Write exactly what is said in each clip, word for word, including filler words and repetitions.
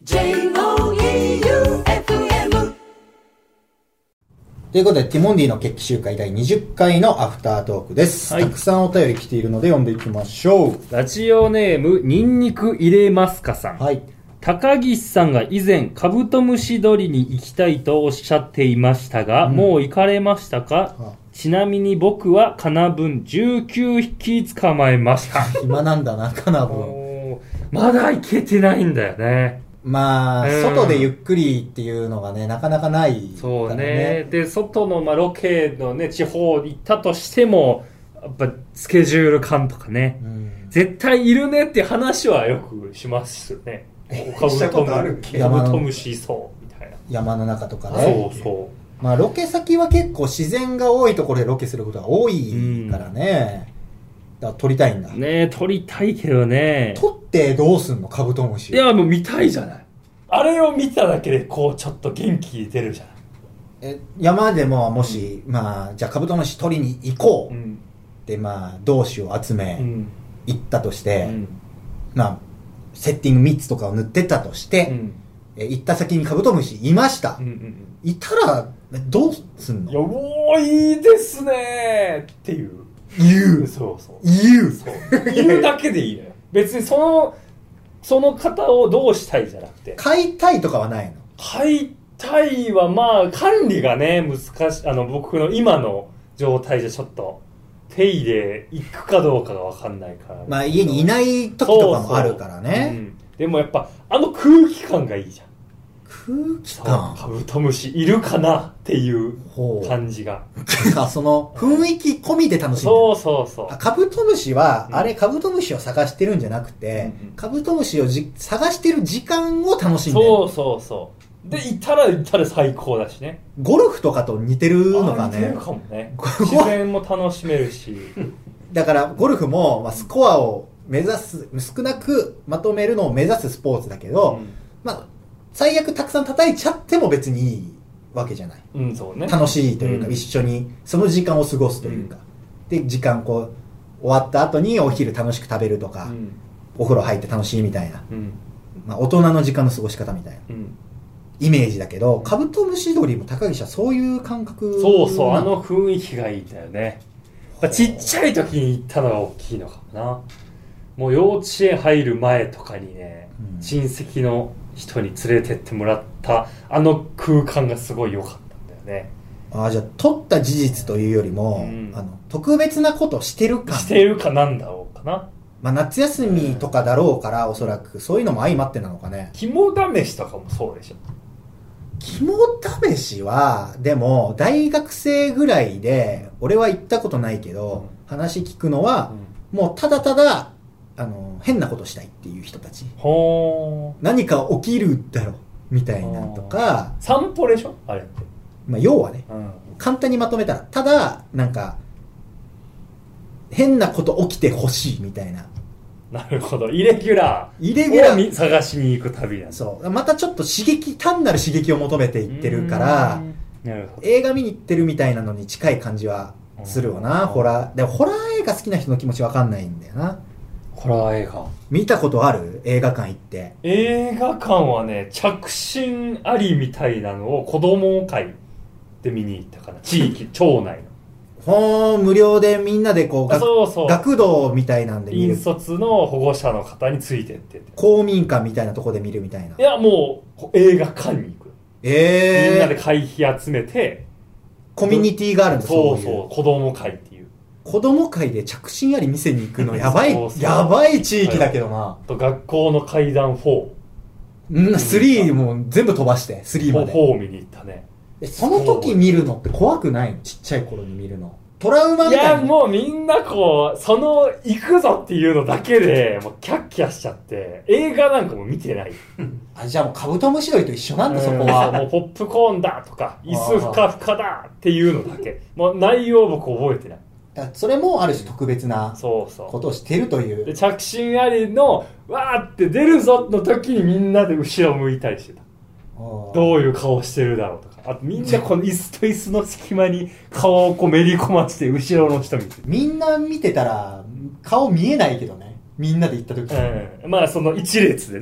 ジェイオーイーユーエフエムということで、ティモンディの決起集会だいにじゅっかいのアフタートークです、はい、たくさんお便り来ているので読んでいきましょう。 ラジオネームニンニク入れますかさん、 はい、 高岸さんが以前カブトムシ取りに行きたいとおっしゃっていましたが、うん、もう行かれましたか？ああ、ちなみに僕はカナブンじゅうきゅうひき捕まえました暇なんだな、カナブン。 まだ行けてないんだよね。 まあ、うん、外でゆっくりっていうのがね、なかなかないからね。 そうね。で、外の、まあ、ロケのね、地方に行ったとしても、やっぱスケジュール感とかね、うん、絶対いるねって話はよくしますよね。カブトムシそうみたいな。 山の中とかね。 そうそう。 まあ、ロケ先は結構自然が多いところでロケすることが多いからね。うん、だから撮りたいんだ。 ねえ、撮りたいけどね。 撮ってどうすんの、カブトムシ。 いや、もう見たいじゃない。あれを見ただけで、こう、ちょっと元気出るじゃない。 え、山でももし、うん、まあ、じゃあカブトムシ撮りに行こう。うん、で、まあ、同志を集め、うん、行ったとして、うん、まあ、セッティングみっつとかを塗ってったとして、うん、え行った先にカブトムシいました。うんうんうん、いたら、どうすんの？ いや、もういいですねーっていう。 言う。 そうそう。 言う。 そう。言うだけでいいのよ。別にその、その方をどうしたいじゃなくて。 買いたいとかはないの？ 買いたいは、まあ、管理がね、難しい。あの、僕の今の状態じゃちょっと、手入れ行くかどうかがわかんないから。 まあ、家にいない時とかもあるからね。 そうそう、うん。でもやっぱ、あの空気感がいいじゃん。 空気感？ カブトムシいるかなっていう感じが。 その雰囲気込みで楽しむ。 そうそうそう。 カブトムシは、うん、あれカブトムシを探してるんじゃなくて、うんうん、カブトムシをじ探してる時間を楽しんでる。 そうそうそう。で、行ったら行ったら最高だしね。 ゴルフとかと似てるのがね。 似てるかもね。自然も楽しめるし。 だからゴルフも、まあ、スコアを目指す、少なくまとめるのを目指すスポーツだけど、うん、まあ、最悪たくさん叩いちゃっても別にいいわけじゃない。 うん、そうね。 楽しいというか、うん、一緒にその時間を過ごすというか。うん、で、時間こう、終わった後にお昼楽しく食べるとか、うん、お風呂入って楽しいみたいな。うん、まあ、大人の時間の過ごし方みたいな。うん、イメージだけど、カブトムシ鳥も高岸はそういう感覚。 そうそう、あの雰囲気がいいんだよね。ちっちゃい時に行ったのが大きいのかもな。もう幼稚園入る前とかにね、うん、親戚の人に連れてってもらったあの空間がすごい良かったんだよね。 ああ、じゃあ撮った事実というよりも、うん、あの特別なことしてるかしてるかなんだろうかな。 まあ、夏休みとかだろうから、おそらくそういうのも相まってなのかね。 肝試しとかもそうでしょ。 肝試しはでも大学生ぐらいで、俺は行ったことないけど、うん、話聞くのは、うん、もうただただあの変なことしたいっていう人たち。 ほー、 何か起きるだろみたいなとか。 散歩でしょあれって。 まあ要はね、うん、簡単にまとめたら、ただなんか変なこと起きてほしいみたいな。 なるほど、イレギュラーイレギュラーを探しに行く旅なんだ。 そうまたちょっと刺激、単なる刺激を求めていってるから、 なるほど、 映画見に行ってるみたいなのに近い感じはするわな。ホラーでもホラー映画好きな人の気持ちわかんないんだよな。 ホラー映画見たことある？映画館行って。 映画館はね、着信ありみたいなのを子供会で見に行ったかな。地域町内のほー、無料でみんなでこう、 そうそう、 学童みたいなんで見る。 引率の保護者の方についてってって公民館みたいなとこで見るみたいな。 いや、もう映画館に行く。 えー、 みんなで会費集めてコミュニティがあるんだ。 そうそう、そういう子供会っていう。 子供会で着信あり店に行くのやばいそうそう、やばい地域だけどな。 と学校の階段フォー、 うん、スリーも全部飛ばしてスリーまでフォー見に行ったね。 その時見るのって怖くないの？ちっちゃい頃に見るの。トラウマみたいな。 いや、もうみんなこう、その、行くぞっていうのだけで、もうキャッキャしちゃって、映画なんかも見てない。 あ、じゃあもうカブトムシ鳥と一緒なんだ、そこは。 もうポップコーンだとか、椅子ふかふかだっていうのだけ。もう内容僕覚えてない。 それもある種特別なことをしてるという。 で、着信ありの、わーって出るぞの時にみんなで後ろ向いたりしてた。どういう顔してるだろうとか。あとみんなこの椅子と椅子の隙間に顔をこうめり込ませて後ろの人見て。 みんな見てたら顔見えないけどね。みんなで行った時、 うん、まあその一列でね。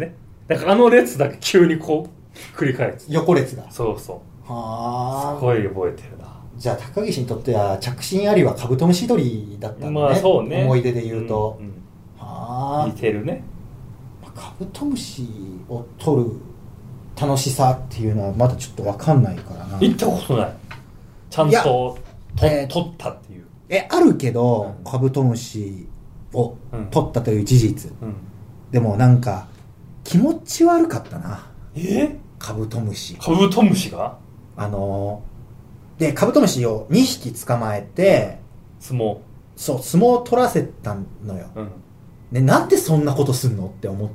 だからあの列だけ急にこう繰り返す横列が。 そうそうはあ。 すごい覚えてるな。 じゃあ高岸にとっては着信ありはカブトムシ取りだったんだね。 まあそうね。 思い出で言うと。 うんうん、 はあ。 似てるね。 カブトムシを取る楽しさっていうのはまだちょっと分かんないからな。 行ったことない。ちゃんとと、 えー、 取ったっていう。 えあるけど、 うん、 カブトムシを取ったという事実、 うんうん、 でもなんか気持ち悪かったな。 えカブトムシカブトムシがあのー、でカブトムシをにひき捕まえて相撲そう相撲を取らせたのよ、うん、でなんでそんなことすんのって思って、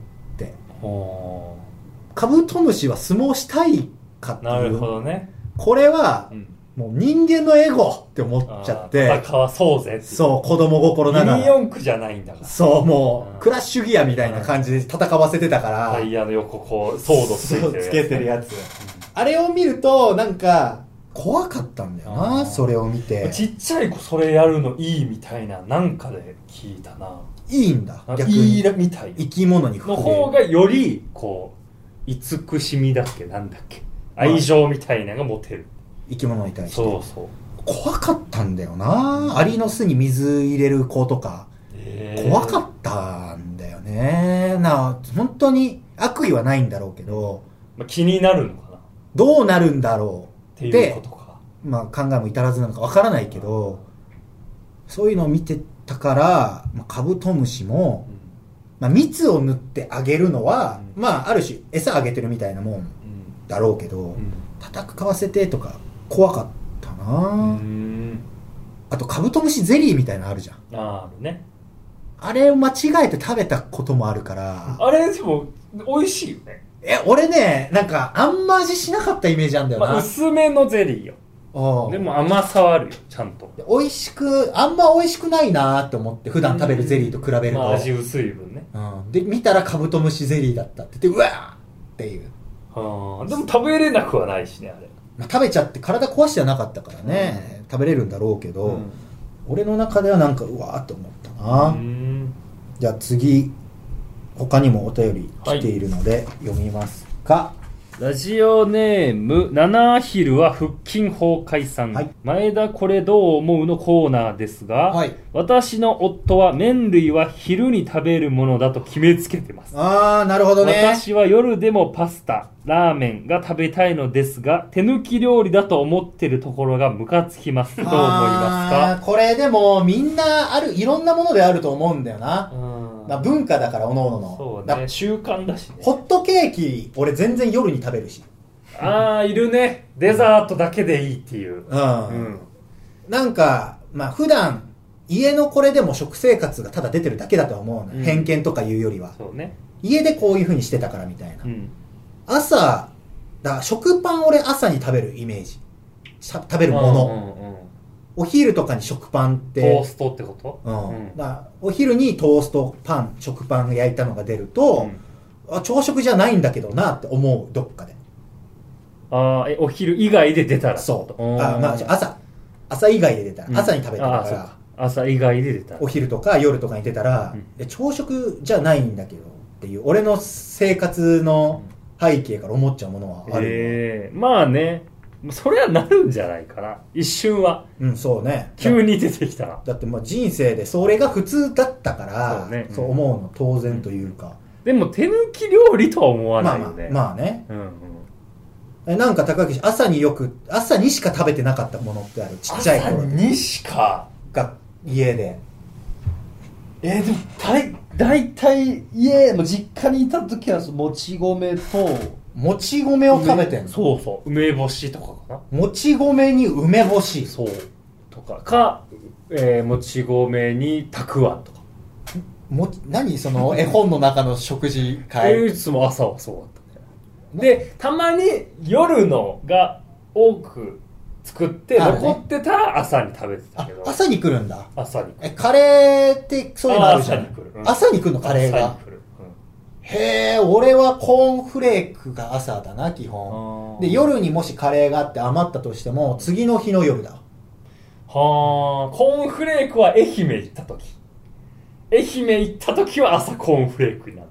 カブトムシは相撲したいかっていう。なるほどね。 これは、うん、もう人間のエゴって思っちゃって、 戦わそうぜって。 そう、子供心ながら。 ミニ四駆じゃないんだから。 そう、もう、うん、クラッシュギアみたいな感じで戦わせてたから。 タイヤの横こう、ソードつけてるやつ。 つけてるやつ。あれを見ると、なんか、怖かったんだよな、それを見て。 ちっちゃい子それやるのいいみたいな、なんかで聞いたな。 いいんだ、 逆に。いいみたい。 生き物に触れる。の方がより、こう、慈しみだっけ、なんだっけ。愛情みたいなのが持てる。 生き物に対して。 そうそう。 怖かったんだよな、アリの巣に水入れる子とか、怖かったんだよね。な本当に悪意はないんだろうけど、 まあ、気になるのかな、 どうなるんだろうっていうことか、 まあ、考えも至らずなのかわからないけど、そういうのを見てたから、まあ、カブトムシも、うん、まあ、蜜を塗ってあげるのは、うん、まあある種餌あげてるみたいなもんだろうけど、うん、叩く買わせてとか怖かったな。うん、あとカブトムシゼリーみたいなのあるじゃん。 あるね。 あれを間違えて食べたこともあるから。 あれでも美味しいよね。 え、俺ね、なんかあんま味しなかったイメージあるんだよな。 まあ、薄めのゼリーよ。でも甘さはあるよ、ちゃんと。 美味しく、あんま美味しくないなーって思って、普段食べるゼリーと比べると。 まあ味薄い分ね。 うん。で、見たらカブトムシゼリーだったって言って、うわーっていう。 はあ、でも食べれなくはないしね、あれ。 まあ、食べちゃって体壊してはなかったからね、うん、食べれるんだろうけど、うん、俺の中ではなんかうわーって思ったな。うん、じゃあ次、他にもお便り来ているので読みますか。 ラジオネーム七アヒルは腹筋崩壊さん、はい、前田これどう思うのコーナーですが、はい、私の夫は麺類は昼に食べるものだと決めつけてます。 あー、なるほどね。 私は夜でもパスタラーメンが食べたいのですが、手抜き料理だと思ってるところがムカつきます。どう思いますか？ これでもみんなある、いろんなものであると思うんだよな。まあ、文化だから各々の。 そうね、習慣だしね。 ホットケーキ俺全然夜に食べるし。 ああ、いるね。デザートだけでいいっていう。うん。 うん、なんかまあ普段家のこれでも食生活がただ出てるだけだとは思うの、うん、偏見とかいうよりは。 そうね。 家でこういう風にしてたからみたいな。うん、朝だ食パン俺朝に食べるイメージ。食べるもの。うんうんうん、お昼とかに食パンってトーストってこと？ うん。うん、だお昼にトーストパン食パン焼いたのが出ると、うん、あ朝食じゃないんだけどなって思うどっかで。 ああ、えお昼以外で出たら。 そう。あまあ朝朝以外で出たら、うん、朝に食べてるから。 朝以外で出たら。 お昼とか夜とかに出たら、うん、朝食じゃないんだけどっていう俺の生活の背景から思っちゃうものはある。 ええー、まあね。それはなるんじゃないかな一瞬は。 うんそうね。 急に出てきたら。 だってまあ人生でそれが普通だったから、そうね、そう思うの当然というか、 うん、でも手抜き料理とは思わないよね。 まあまあ、まあね、うんうん、なんか高岸朝によく朝にしか食べてなかったものってあるちっちゃい頃。 朝にしかが家で。 えー、でもだいだいたい家の実家にいた時はもち米ともち米を食べてんの？ そうそう。梅干しとかかな。 もち米に梅干し。 そう。とか。か、えー、もち米にたくあんとか。 も、何その絵本の中の食事会。 いつも朝はそうだったね。で、たまに夜のが多く作って残ってたら朝に食べてたけど。 朝に来るんだ。 朝に来る。 え、カレーってそういうのあるじゃん。 朝に来る。 うん、朝に来るのカレーが。へえ、俺はコーンフレークが朝だな、基本。で、夜にもしカレーがあって余ったとしても、次の日の夜だ。はあ、 コーンフレークは愛媛行った時。愛媛行った時は朝コーンフレークになる。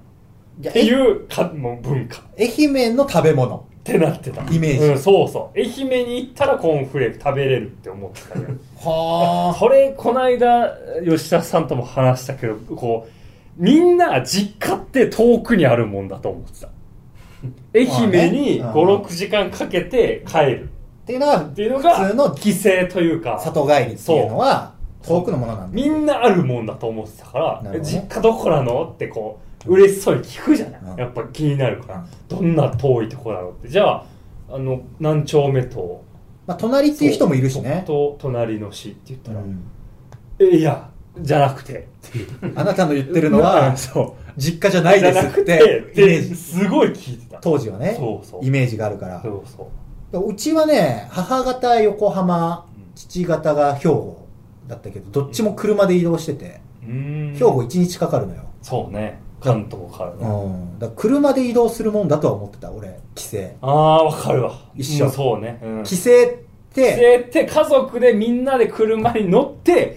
っていうかもう文化。 愛媛の食べ物ってなってた。 イメージ。 うん、そうそう。愛媛に行ったらコーンフレーク食べれるって思ってたね。 はあ。 それ、この間、吉田さんとも話したけど、こう、みんな実家って遠くにあるもんだと思ってた。愛媛にご、ろくじかんかけて帰る。 っていうのは、 っていうのが、 普通の帰省というか、 里帰りっていうのは、遠くのものなんだ。 みんなあるもんだと思ってたから、 ね、 実家どこなのってこう、嬉しそうに聞くじゃない、うん、やっぱ気になるから、うん、どんな遠いとこだろうって。じゃあ、あの、何丁目と、 まあ、隣っていう人もいるしね。 と、隣の市って言ったら、うん、え、いや、じゃなくてっていう。 あなたの言ってるのは、そう、実家じゃないですって、イメージ。 すごい聞いてた。 当時はね、 そうそう、 イメージがあるから。 そうそう。 うちはね、母方横浜、父方が兵庫だったけど、どっちも車で移動してて、うん、兵庫いちにちかかるのよ。 そうね。関東からね。 うん。だから車で移動するもんだとは思ってた、俺、帰省。 ああ、わかるわ。 一緒。 うん、そうね。うん、 帰省って、 帰省って家族でみんなで車に乗って、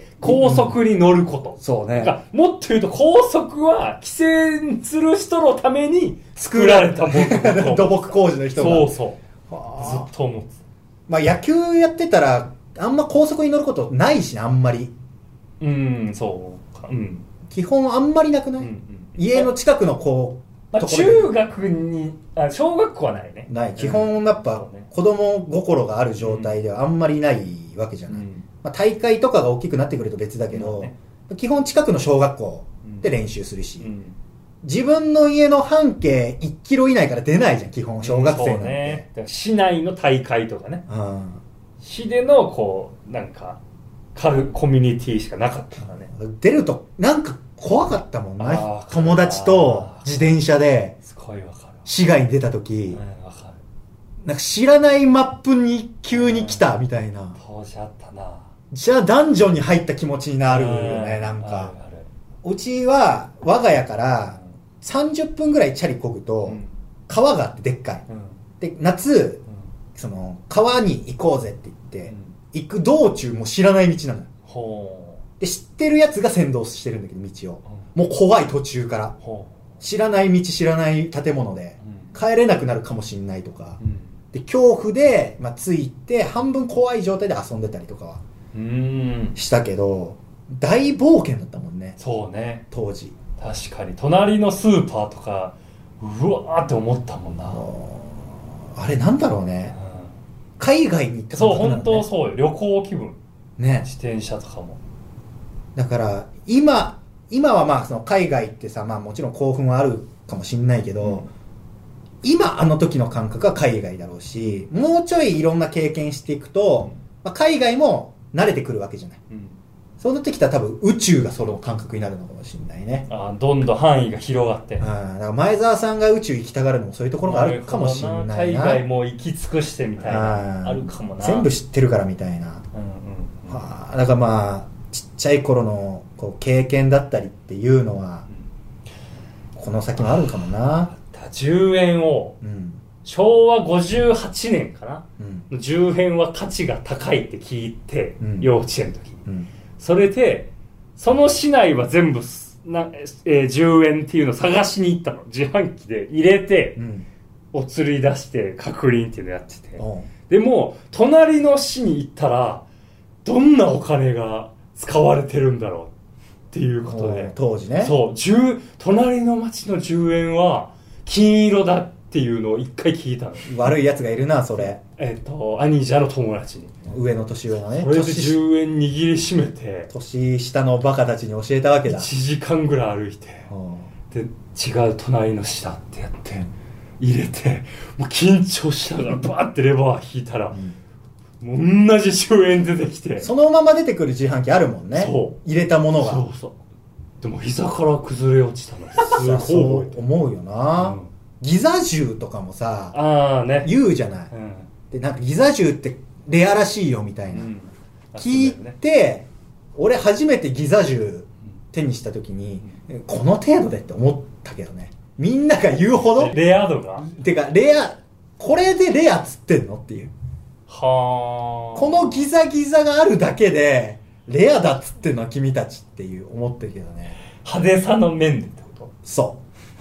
高速に乗ること。 うん、そうね。 かもっと言うと、高速は帰省する人のために作られたもの。 土木工事の人が。 そうそう。ずっと思ってた。 まあ野球やってたら、あんま高速に乗ることないしね、あんまり。 うん、そうか。うん。 基本あんまりなくない、うんうん、家の近くのこう、 まあ、中学にあ、小学校はないね。 ない。基本やっぱ、子供心がある状態ではあんまりないわけじゃない。うん、まあ、大会とかが大きくなってくると別だけど、うんね、基本近くの小学校で練習するし、うん、自分の家の半径いちキロ以内から出ないじゃん、基本、小学生なんて。うん、そうね。 市内の大会とかね。うん、市での、こう、なんか、カルコミュニティしかなかったからね。 出ると、なんか怖かったもんね。友達と自転車で、 すごいわかる。 市外に出た時、 うん、わかる。 なんか知らないマップに急に来たみたいな。 当時あったな。 じゃあダンジョンに入った気持ちになるよね、なんか。あるある。うちは我が家からさんじゅっぷんぐらいチャリ漕ぐと、川があってでっかい。うん、で、夏、うん、その、川に行こうぜって言って、うん行く道中も知らない道なのよ。ほう。で、知ってるやつが先導してるんだけど、道を。うん、もう怖い途中から。ほう。知らない道、知らない建物で、うん、帰れなくなるかもしれないとか。うん、で、恐怖で、まあ、ついて、半分怖い状態で遊んでたりとかは、したけど、大冒険だったもんね。 そうね。 当時。 確かに。隣のスーパーとか、うわーって思ったもんな。 あれなんだろうね。海外に行った感覚なのね。 そう、本当そうよ。旅行気分。 ね。 自転車とかも。 だから、今、今はまあ、その海外ってさ、まあもちろん興奮はあるかもしんないけど、うん、今あの時の感覚は海外だろうし、もうちょいいろんな経験していくと、うんまあ、海外も慣れてくるわけじゃない。うん、そうなってきたら多分宇宙がその感覚になるのかもしれないね。 ああ、どんどん範囲が広がって。 ああ、だから前澤さんが宇宙行きたがるのもそういうところがあるかもしれないな。 海外も行き尽くしてみたいな。あるかもな。 全部知ってるからみたいな。うんうんうん、はあ、だからまあ、ちっちゃい頃のこう経験だったりっていうのは、うん、この先もあるかもな。 じゅうえんを、うん、しょうわごじゅうはちねんかな、うん、じゅうえんは価値が高いって聞いて、うん、幼稚園の時に、うん、それでその市内は全部な、えー、じゅうえんっていうのを探しに行ったの。自販機で入れて、うん、お釣り出して確認っていうのやってて、でも隣の市に行ったらどんなお金が使われてるんだろうっていうことで、 当時ね、 そう、隣の町のじゅうえんは金色だっていうのを一回聞いたの。 悪いやつがいるな、それ。 えっ、ー、と、兄者の友達に。 上の年上のね。 それでじゅうえん握りしめて。 年下のバカたちに教えたわけだ。 いちじかんぐらい歩いて。で、違う隣の下ってやって、入れて、もう緊張しながらバーってレバー引いたら、うん、もう同じじゅうえん出てきて。 そのまま出てくる自販機あるもんね。そう。入れたものが。 そうそう。でも膝から崩れ落ちたの。 すごい。そう思うよな。うんギザ銃とかもさ、 あ、ね、 言うじゃない、うん、でなんかギザ銃ってレアらしいよみたいな、うん、聞いて、ね、俺初めてギザ銃手にした時に、うん、この程度でって思ったけどね。みんなが言うほどレア度がてかレアこれでレアっつってんのっていう。 はあ。 このギザギザがあるだけでレアだっつってんの君たちっていう思ってるけどね。 派手さの面でってこと。 そう。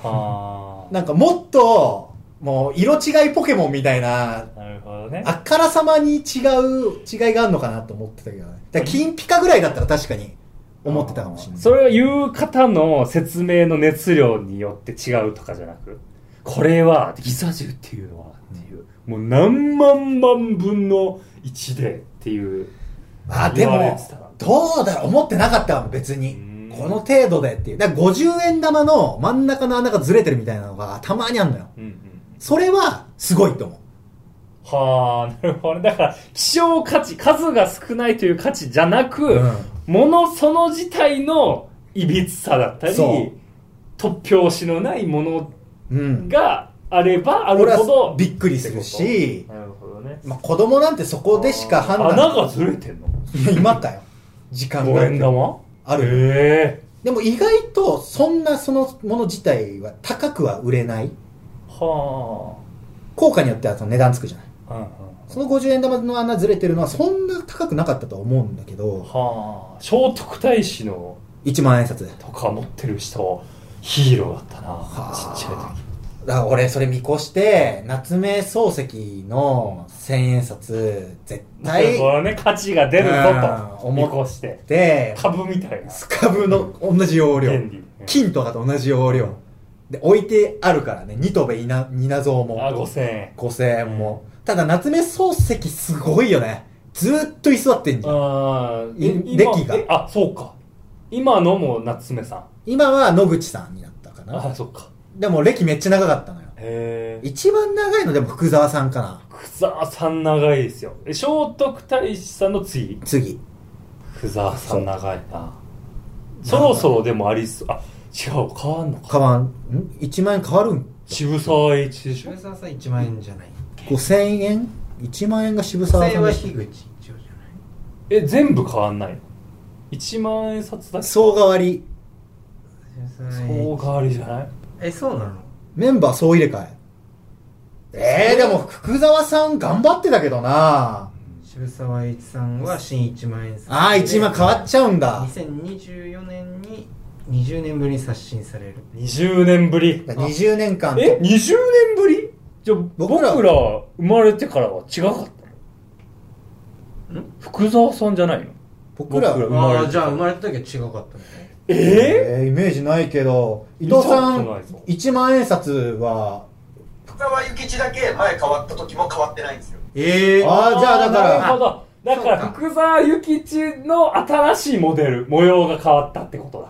はなんかもっともう色違いポケモンみたいな、 あなるほどね。 あからさまに違う違いがあるのかなと思ってたけどね。だから金ピカぐらいだったら確かに思ってたかもしれない。 それを言う方の説明の熱量によって違うとかじゃなく、これはギザ銃っていうのはっていう、もう何万万分のいちでっていうあ、で言われもてたな。 どうだろう、思ってなかったわ別にうんこの程度でっていう。だからごじゅうえん玉の真ん中の穴がずれてるみたいなのがたまにあるのよ。 うんうん。 それはすごいと思う。 はあ、なるほどね。だから希少価値、数が少ないという価値じゃなく、 うんものその自体のいびつさだったり、 そう突拍子のないものうん。 があればある俺ほどはびっくりするし、 なるほどね。 まあ、子供なんてそこでしか判断穴がずれてんのいや今かよ時間五が円玉あるよへでも意外とそんなそのもの自体は高くは売れない。 ーは効果によってはその値段つくじゃない。 あ、うんうん、 そのごじゅうえん玉の穴ずれてるのはそんな高くなかったと思うんだけど、 はあ、聖徳太子のいちまん円札で。 とか持ってる人ヒーローだったな、 はあちっちゃい時。 だから俺それ見越して夏目漱石のせんえん札絶対これね、価値が出るぞとうん見越してで株みたいなスカブの同じ容量原理、 金とかと同じ容量で置いてあるからね。ニトベ稲稲造もあごせんえんごせんえんも、ただ夏目漱石すごいよね。ずーっと居座ってんじゃん。 あいー歴がえあそうか、今のも夏目さん、 今は野口さんになったかな。 あそっか、 でも歴めっちゃ長かったのよ。 へえ。 一番長いのでも福沢さんかな。 福沢さん長いですよ。え聖徳太子さんの次次福沢さん長いな。そろそろでもありそう。あ違う、変わんのか。 変わんんいちまん円変わるん。 渋沢栄一でしょ。 渋沢さんいちまん円じゃない。 ごせんえんいちまん円が渋沢さんはでし樋口一応じゃない。 え全部変わんないの？いちまん円札だけ総代わり総代わりじゃない？ え、そうなの？ メンバー総入れ替え。えー、でも福沢さん頑張ってたけどな。 渋沢栄一さんは新いちまん円札。 ああ、いちまん変わっちゃうんだに。せんにじゅうよねんににじゅうねんぶりに刷新される。 にじゅうねんぶり。 にじゅうねんかん。 えにじゅうねんぶり？じゃあ僕僕らら生まれてからは違かったの？ ん福沢さんじゃないの？ 僕ら、 僕ら生まれてああ、じゃあ生まれた時は違かったみたい。 ええー、イメージないけど、伊藤さん見たことないぞ、 いちまん円札は、 福沢諭吉だけ前変わった時も変わってないんですよ。 ええー。 ああ、じゃあだかなるほら、 ど。だからそうか福沢諭吉の新しいモデル模様が変わったってことだ。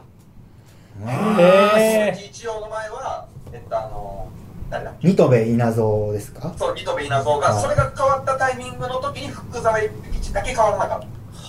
へ鈴木一葉の前は、えっとあの、誰だっけ、 ニトベ稲造ですか？ そう、ニトベ稲造が、 はいそれが変わったタイミングの時に福沢諭吉だけ変わらなかった。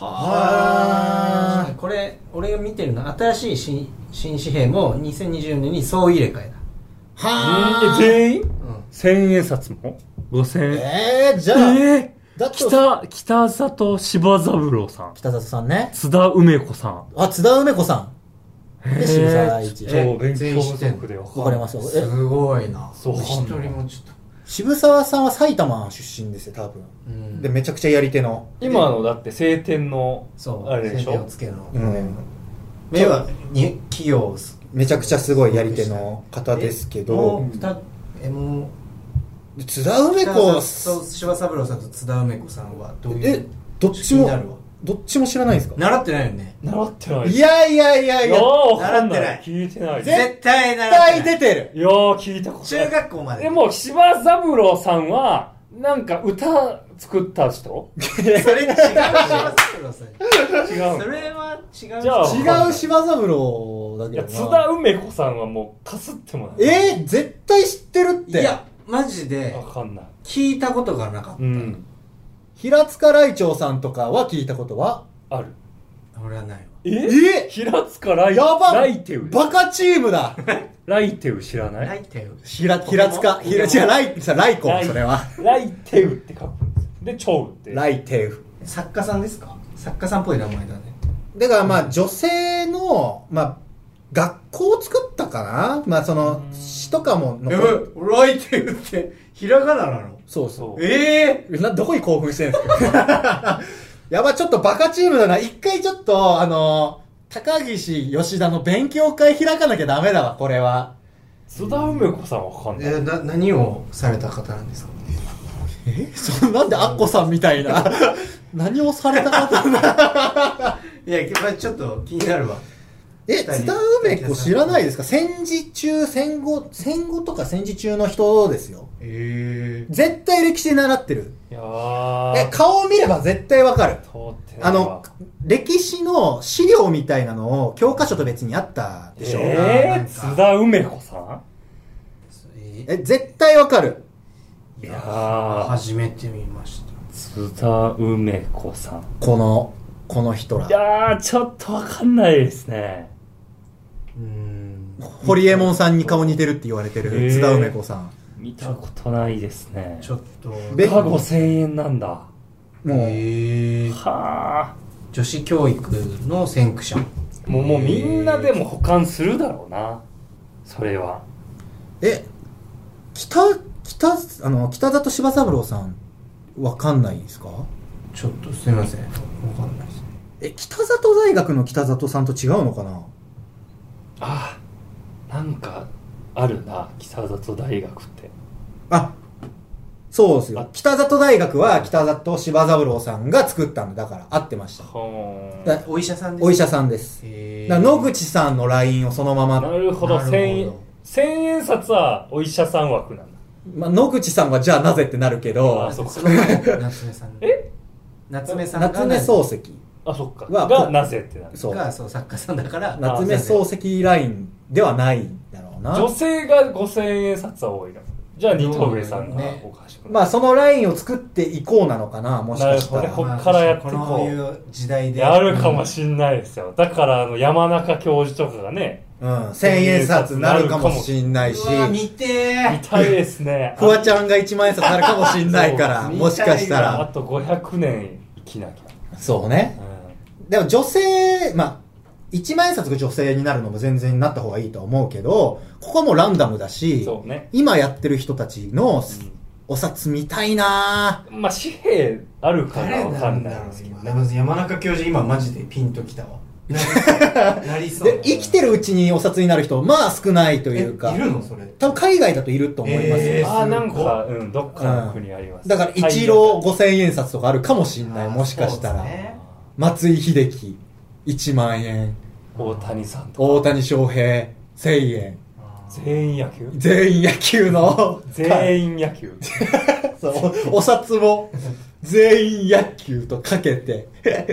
はあ。 これ俺が見てるの新しい新新紙幣もにせんにじゅうよねんに総入れ替えだ。 はあ。 全員うん。 千円札もごせんえん。 えー、じゃあ、 えー、 だと、 北、北里柴三郎さん。 北里さんね。 津田梅子さん。 あ、津田梅子さん。で、渋沢栄一。 超勉強全員知ってんの不足でわかります。 すえ、 ごいな。 そう一人もちょっと。 渋沢さんは埼玉出身ですよ、多分。 うんで、めちゃくちゃやり手の。 今のだって晴天の、 そう。 あれでしょ先手をつけるの。 うん目はに企業をすめちゃくちゃすごいやり手の方ですけもどう、ふたえもう津田梅子、 そう柴三郎さんと津田梅子さんはどういうえ、どっちも気になるわ、 どっちも知らないんですか？ 習ってないよね。 習ってない。 いやいやいやいや、 いやー、わかんな習ってないい。聞いてない。 絶絶対習絶対ってない。 出てる。 いやー、聞いたことない。 中学校まで。 でも、柴三郎さんは、なんか歌作った人それ違う柴三郎さん。 違うのそれは違う。 じゃあ違う柴三郎だいや、 けど津田な。 梅子さんはもう、かすってもない。 えー、絶対知ってるって。 いやマジでわかんない。 聞いたことがなかった。 うん。 平塚雷鳥さんとかは聞いたことは？ ある。 俺はないわ。 ええ平塚ライやばライテウ。 バカチームだ。 ライテウ知らないないってよ。 平、平塚、平、違う、ライ、さ、ライコライそれは。 ライテウって書くんですよ。で、チョウって。 ライテウ。 作家さんですか？作家さんっぽい名前だね。 だからまあ、女性の、まあ、学校を作ったかな、まあその、詩とかも残る。 ライテルってひらがななの？ そうそそう。 えう。な、どこに興奮してんすかやば、ちょっとバカチームだな。一回ちょっと、あの、高岸吉田の勉強会開かなきゃダメだわ、これは。 津田梅子さんわかんない。 えな何をされた方なんですか？ えそなんでアッコさんみたいな何をされた方いや、まあ、ちょっと気になるわ。 え、津田梅子知らないですか？戦時中、戦後、戦後とか戦時中の人ですよ。 へえ。 絶対歴史で習ってる。 いやーえ、顔を見れば絶対わかる。 通ってないわ。 あの、歴史の資料みたいなのを教科書と別にあったでしょ。 えー、津田梅子さん。 え、絶対わかる。 いやー初めて見ました。 津田梅子さん。 この、この人らい。やーちょっとわかんないですね。 うーん。 ホリエモンさんに顔似てるって言われてるへー津田梅子さん。 見たことないですね。 ちょっと。 べかごせんえんなんだ。 もう、 へえ。 は女子教育の先駆者。 あ。もうもうみんなでも保管するだろうな。それは。 え、北、北、あの、北里柴三郎さん、わかんないですか？ ちょっとすみません。わかんないです。 え、北里大学の北里さんと違うのかな？ ああ、なんかあるな、北里大学って。 あ、そうですあよ。北里大学は北里柴三郎さんが作ったんだ。だから合ってました。 はだお医者さんです。 お医者さんです。 へー。 だから野口さんのラインをそのまあ。 ま、 なるほど、 なるほど千円、千円札はお医者さん枠なんだ。 まあ、野口さんはじゃあなぜってなるけどあ、そっかその前夏目さん。 え夏目さんが夏目漱石あ、そっか。 はが、なぜってなる。 そうがそう作家さんだから。 夏目漱石ラインではないんだろうな。 女性がごせんえん札は多いな。じゃあ、二戸上さんがねおかしくない。 まあそのラインを作っていこうなのかな、もしかしたら。 なるほどこっからやっていこうこういう時代で。 やるかもしんないですよ。だから、あの、山中教授とかがね、 うん、千円札になるかもしんないし、 うわ、見て見たいですね。 フワちゃんが一万円札になるかもしんないから、 そうもしかしたあら。 とごひゃくねん生きなきゃ。 そうね。でも女性、まあ、一万円札が女性になるのも全然なった方がいいとは思うけど、ここもランダムだうんし、 そうね。 今やってる人たちのお札見たいなぁ。 まあ、紙幣あるか誰らわかんないなんだろうですけど今。まず山中教授今マジでピンときたわ。なりなりそう。 で、生きてるうちにお札になる人、まあ少ないというかえい、るのそれ。 多分海外だといると思いますよ。 えーああ、なんか、うん、どっかの国あります。 だから一郎ごせんえん札とかあるかもしんない、 あーもしかしたら。 そうですね松井秀喜、いちまんえん。 大谷さんとか。 大谷翔平、せんえん。 全員野球全員野球の、 全員野球。 そう、お札も、全員野球とかけて。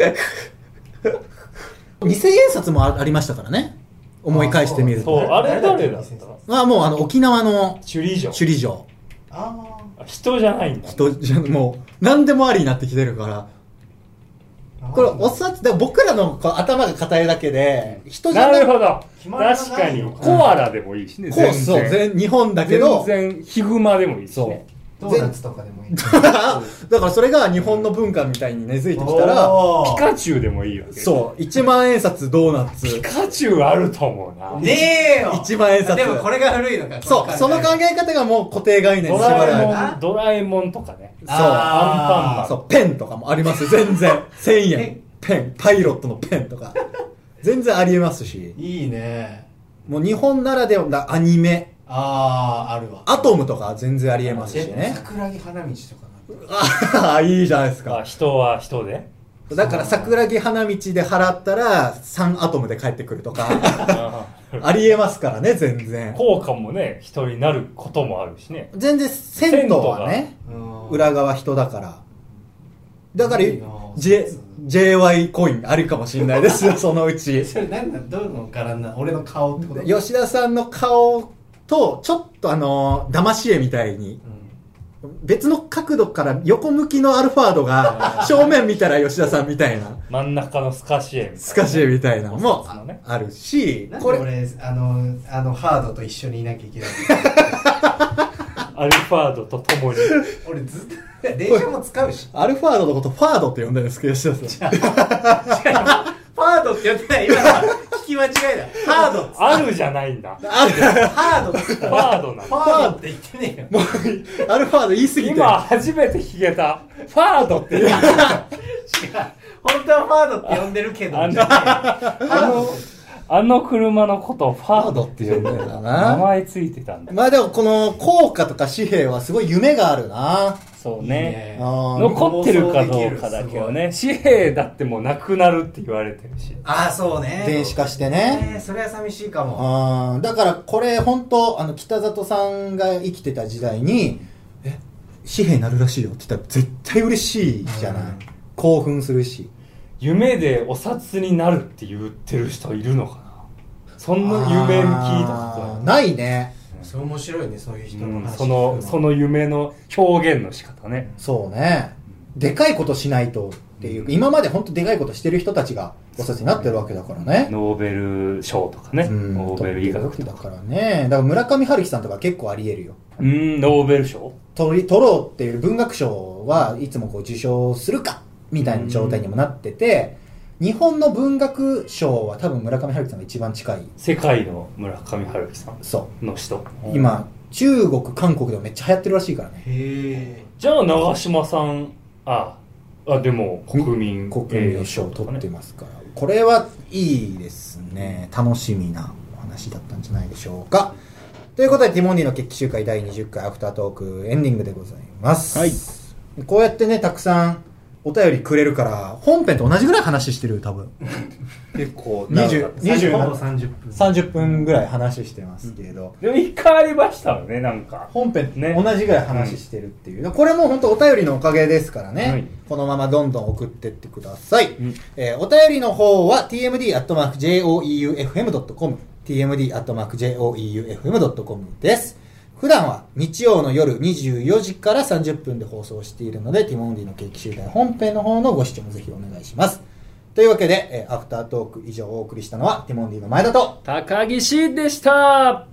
にせんえん札もあありましたからね。思い返してみるそう、 と。 あれ誰だったまあもうあの、沖縄の首里城。 首里城。 ああ人じゃないんだ。 人じゃ、もう、何でもありになってきてるから。 あ。 これ、お札、でも僕らのこう頭が硬いだけで、人じゃない。 なるほど。 決まりがない確かに、 のコアラでもいいしね。 こう、そう、全日本だけど、 全然、ヒグマでもいいしね。 ドーナツとかでもいい。 だからそれが日本の文化みたいに根付いてきたら、 おーピカチュウでもいいわけ。 そう、いちまんえん札ドーナツ。 ピカチュウあると思うな。 ねえよいちまんえん札でもこれが古いのか。 そう、その考え方がもう固定概念ドに縛られる。 ラえもん、ドラえもんとかね。 そうアンパンマン。 そう、ペンとかもありますよ、全然。せんえん。ペン、パイロットのペンとか。全然ありえますし。 いいね。 もう日本ならではなアニメ、 ああ、あるわ。 アトムとか全然ありえますしえね。 桜木花道とかな。 ああ、いいじゃないですあか。 人は人で。 だから桜木花道で払ったらさんアトムで帰ってくるとか。ありえますからね、全然。 効果もね、人になることもあるしね。 全然銭湯はね、 うん裏側人だから。だからいいな、 J、ジェーワイ コインあるかもしれないですよ、そのうち。 それ何なんどの柄な俺の顔ってこと？ 吉田さんの顔と、ちょっとあの、騙し絵みたいに、別の角度から横向きのアルファードが、正面見たら吉田さんみたいな、 真ん中のスカシエみたいな。 スカシ絵みたいなのもお札のねあるし、 なんでこれ、 俺あのあのハードと一緒にいなきゃいけないアルファードと共に。 の俺ずっと電車も使うしアルファードのことファードって呼んでるんですけど、吉田さん。 違うファードって言ってない今のは聞き間違いだハードっつったあるじゃないんだ。 あるハードっつったファードなんフだ。 ァードって言ってねえよもう、アルファード言い過ぎて。 今初めて聞けた。ファードって言う。 違う本当はファードって呼んでるけどあのじゃねえよハードってあの車のことをファードって呼んでファードって呼んでんだ名な前ついてたんだ。 まあでもこの効果とか紙幣はすごい夢があるな。 そういいねね。 あー残ってるかどうかだけはね。紙幣だってもうなくなるって言われてるし。 ああそうね電子化してね。 ねそれは寂しいかも。 あーだからこれ本当あの北里さんが生きてた時代にえ紙幣になるらしいよって言ったら絶対嬉しいじゃない、 うん興奮するし。 夢でお札になるって言ってる人いるのかな。そんな夢聞いたことあーないね。 それ面白いねそういう人うん、 の話。 そのその夢の表現の仕方ね。 そうね。でかいことしないとっていう、今まで本当でかいことしてる人たちがお札になってるわけだからね。 ノーベル賞とかね、 うんノーベル医学とか。 だからね。だから村上春樹さんとか結構あり得るよ。 うん、ノーベル賞取り取ろうっていう文学賞はいつもこう受賞するかみたいな状態にもなってて、日本の文学賞は多分村上春樹さんが一番近い。 世界の村上春樹さんその人。 う。今、中国、韓国でもめっちゃ流行ってるらしいからね。 へえ。 じゃあ長嶋さん、あ、あでも国民国民賞を取ってますから。これはいいですね。楽しみなお話だったんじゃないでしょうか。ということで、ティモンディの決起集会だいにじゅっかいアフタートークエンディングでございます。 はい。 こうやってね、たくさんお便りくれるから、本編と同じぐらい話してる、多分。 結構にじゅう、にじゅうほぼさんじゅっぷん。 さんじゅっぷんぐらい話してますけれど、 でも一回ありましたよね、なんか。 本編ね同じぐらい話してるっていう、これも本当お便りのおかげですからね、 はいこのままどんどん送ってってください、 んえーお便りの方は ティーエムディーアットマークジェイオーイーユーエフエムドットコム ティーエムディーアットマークジェイオーイーユーエフエムドットコム です。普段は日曜の夜にじゅうよじからさんじゅっぷんで放送しているので、ティモンディの決起集会本編の方のご視聴もぜひお願いします。というわけで、えーアフタートーク以上お送りしたのはティモンディの前田と、 高岸でした。